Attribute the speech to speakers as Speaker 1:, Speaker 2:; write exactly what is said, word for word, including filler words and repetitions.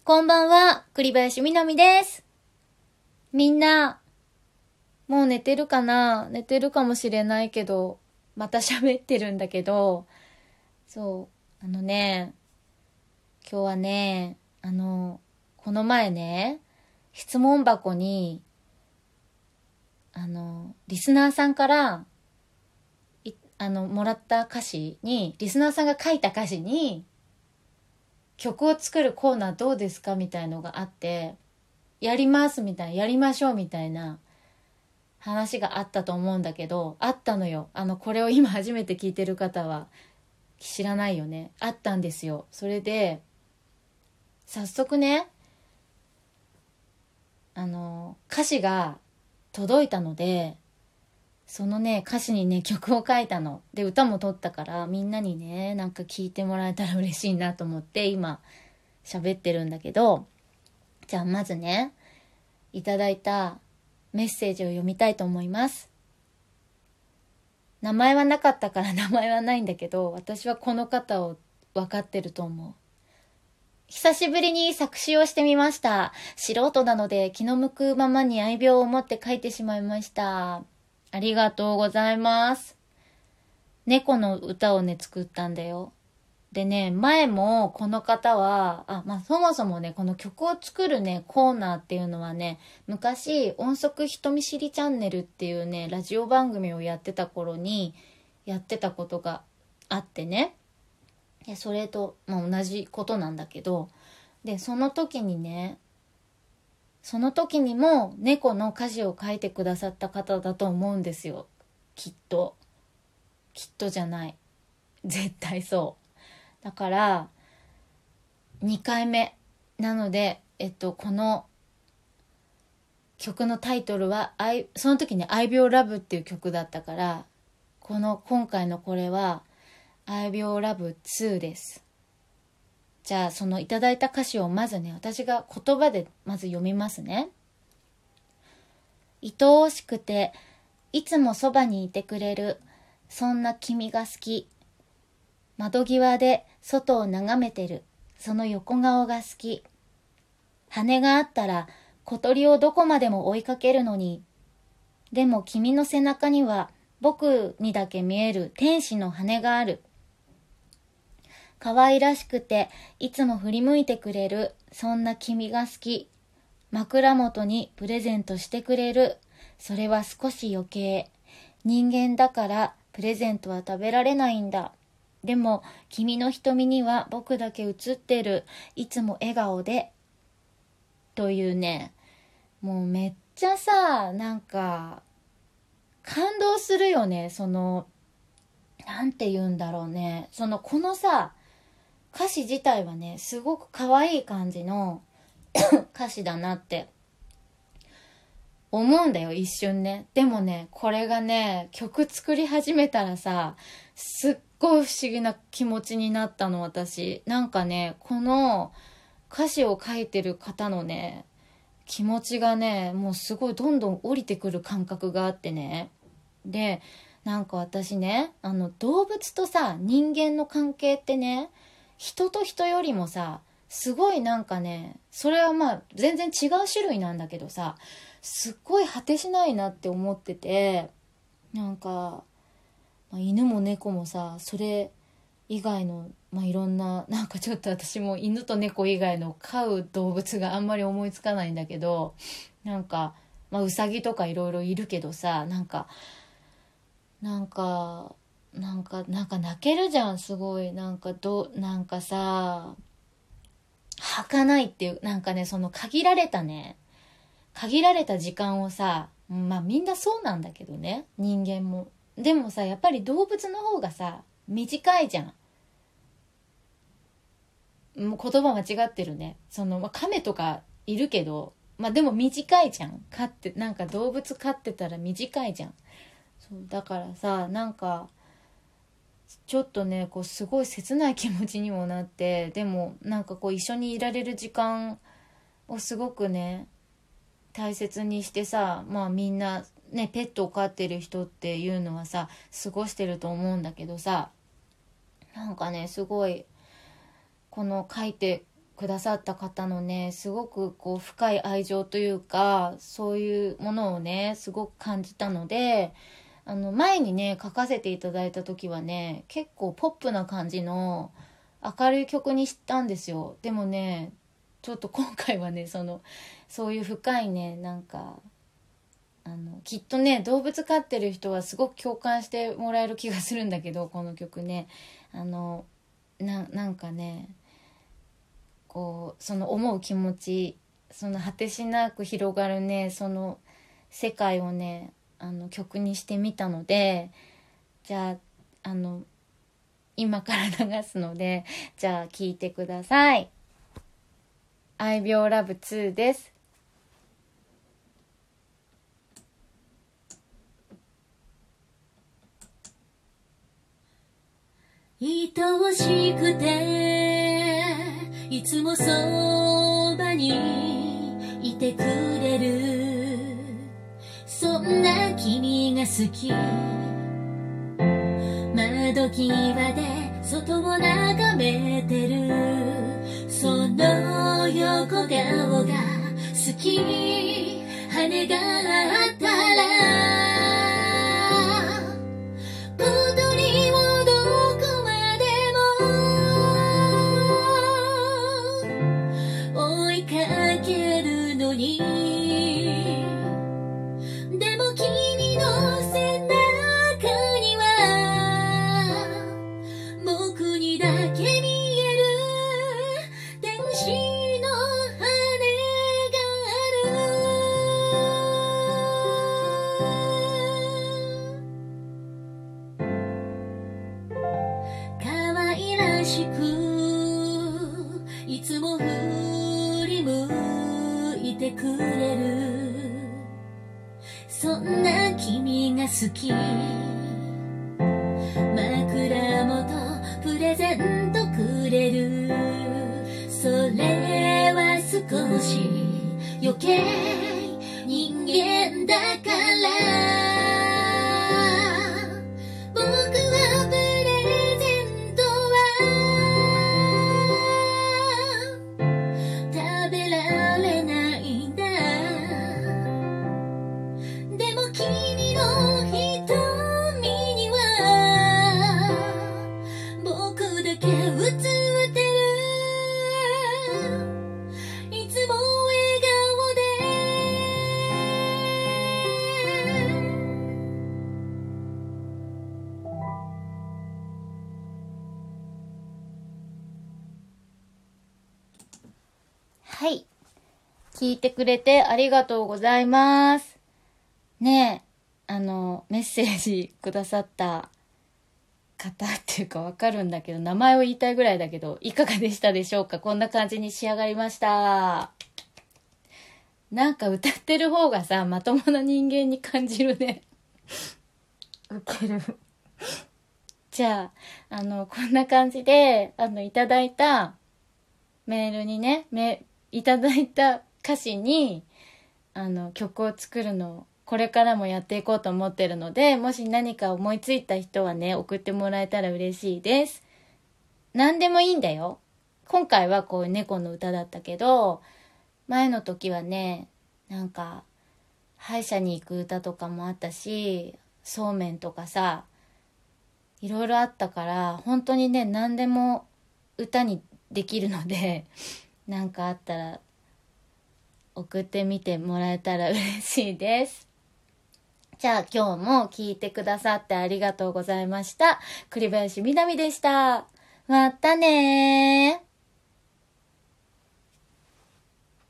Speaker 1: こんばんは、栗林みなみです。みんな、もう寝てるかな？寝てるかもしれないけど、また喋ってるんだけど、そう、あのね、今日はね、あの、この前ね、質問箱に、あの、リスナーさんから、いあの、もらった歌詞に、リスナーさんが書いた歌詞に、曲を作るコーナーどうですかみたいのがあって、やりますみたいな、やりましょうみたいな話があったと思うんだけど、あったのよ。あの、これを今初めて聞いてる方は知らないよね。あったんですよ。それで、早速ね、あの、歌詞が届いたので、そのね、歌詞にね、曲を書いたの。で、歌も取ったから、みんなにね、なんか聞いてもらえたら嬉しいなと思って、今、喋ってるんだけど、じゃあまずね、いただいたメッセージを読みたいと思います。名前はなかったから名前はないんだけど、私はこの方を分かってると思う。久しぶりに作詞をしてみました。素人なので気の向くままに愛情を持って書いてしまいました。ありがとうございます。猫の歌をね、作ったんだよ。でね、前もこの方は、あ、まあ、そもそもね、この曲を作るね、コーナーっていうのはね、昔、音速人見知りチャンネルっていうね、ラジオ番組をやってた頃に、やってたことがあってね。で、それと、まあ、同じことなんだけど、で、その時にね、その時にも猫の歌詞を書いてくださった方だと思うんですよ。きっと。きっとじゃない。絶対そう。だからにかいめなので、えっとこの曲のタイトルはアイその時ね「愛病ラブ」っていう曲だったから、この今回のこれは愛病ラブツーです。じゃあそのいただいた歌詞をまずね、私が言葉でまず読みますね。愛おしくていつもそばにいてくれる、そんな君が好き。窓際で外を眺めてる、その横顔が好き。羽があったら小鳥をどこまでも追いかけるのに。でも君の背中には僕にだけ見える天使の羽がある。可愛らしくていつも振り向いてくれる、そんな君が好き。枕元にプレゼントしてくれる、それは少し余計。人間だからプレゼントは食べられないんだ。でも君の瞳には僕だけ映ってる、いつも笑顔で。というね、もうめっちゃさ、なんか感動するよね。そのなんて言うんだろうね、そのこのさ歌詞自体はね、すごく可愛い感じの歌詞だなって思うんだよ、一瞬ね。でもね、これがね、曲作り始めたらさ、すっごい不思議な気持ちになったの、私。なんかね、この歌詞を書いてる方のね、気持ちがね、もうすごいどんどん降りてくる感覚があってね。で、なんか私ね、あの動物とさ、人間の関係ってね、人と人よりもさ、すごいなんかね、それはまあ全然違う種類なんだけどさ、すっごい果てしないなって思ってて、なんか、まあ、犬も猫もさ、それ以外の、まあ、いろんな、なんかちょっと私も犬と猫以外の飼う動物があんまり思いつかないんだけど、なんか、まあ、ウサギとかいろいろいるけどさ、なんか、なんか、なんか、なんか泣けるじゃん、すごい。なんかど、なんかさ、儚いっていう、なんかね、その限られたね、限られた時間をさ、まあみんなそうなんだけどね、人間も。でもさ、やっぱり動物の方がさ、短いじゃん。もう言葉間違ってるね。その、まあ、亀とかいるけど、まあでも短いじゃん。飼って、なんか動物飼ってたら短いじゃん。そう、だからさ、なんか、ちょっとね、こうすごい切ない気持ちにもなって、でもなんかこう一緒にいられる時間をすごくね、大切にしてさ、まあみんなね、ペットを飼ってる人っていうのはさ、過ごしてると思うんだけどさ、なんかね、すごいこの書いてくださった方のね、すごくこう深い愛情というか、そういうものをねすごく感じたので、あの前にね書かせていただいた時はね、結構ポップな感じの明るい曲にしたんですよ。でもね、ちょっと今回はね、そのそういう深いね、なんかあのきっとね動物飼ってる人はすごく共感してもらえる気がするんだけど、この曲ね、あの な, なんかね、こうその思う気持ち、その果てしなく広がるね、その世界をね、あの曲にしてみたので、じゃああの今から流すので、じゃあ聴いてください。愛病ラブツーです。
Speaker 2: 愛おしくていつもそばにいてくれる、そんな君が好き。窓際で外を眺めてるその横顔が好き。羽があったら小鳥をどこまでも追いかけるのに、でも君の背中には僕にだけ見える天使の羽がある。可愛らしくいつも振り向いてくれる、そんな君が好き。枕元プレゼントくれる、それは少し余計人間だから。僕はプレゼントは食べられないんだ。でも君の瞳には僕だけ映ってる。いつも笑顔で
Speaker 1: はい、聞いてくれてありがとうございます。ねえ、あのメッセージくださった方っていうかわかるんだけど、名前を言いたいぐらいだけど、いかがでしたでしょうか。こんな感じに仕上がりました。なんか歌ってる方がさ、まともな人間に感じるね。ウケる。じゃあ、あのこんな感じで、あのいただいたメールにね、めいただいた歌詞にあの曲を作るのをこれからもやっていこうと思ってるので、もし何か思いついた人はね、送ってもらえたら嬉しいです。何でもいいんだよ。今回はこう猫の歌だったけど、前の時はね、なんか歯医者に行く歌とかもあったし、そうめんとかさ、いろいろあったから、本当にね、何でも歌にできるので、なんかあったら送ってみてもらえたら嬉しいです。じゃあ今日も聞いてくださってありがとうございました。栗林みなみでした。またねー。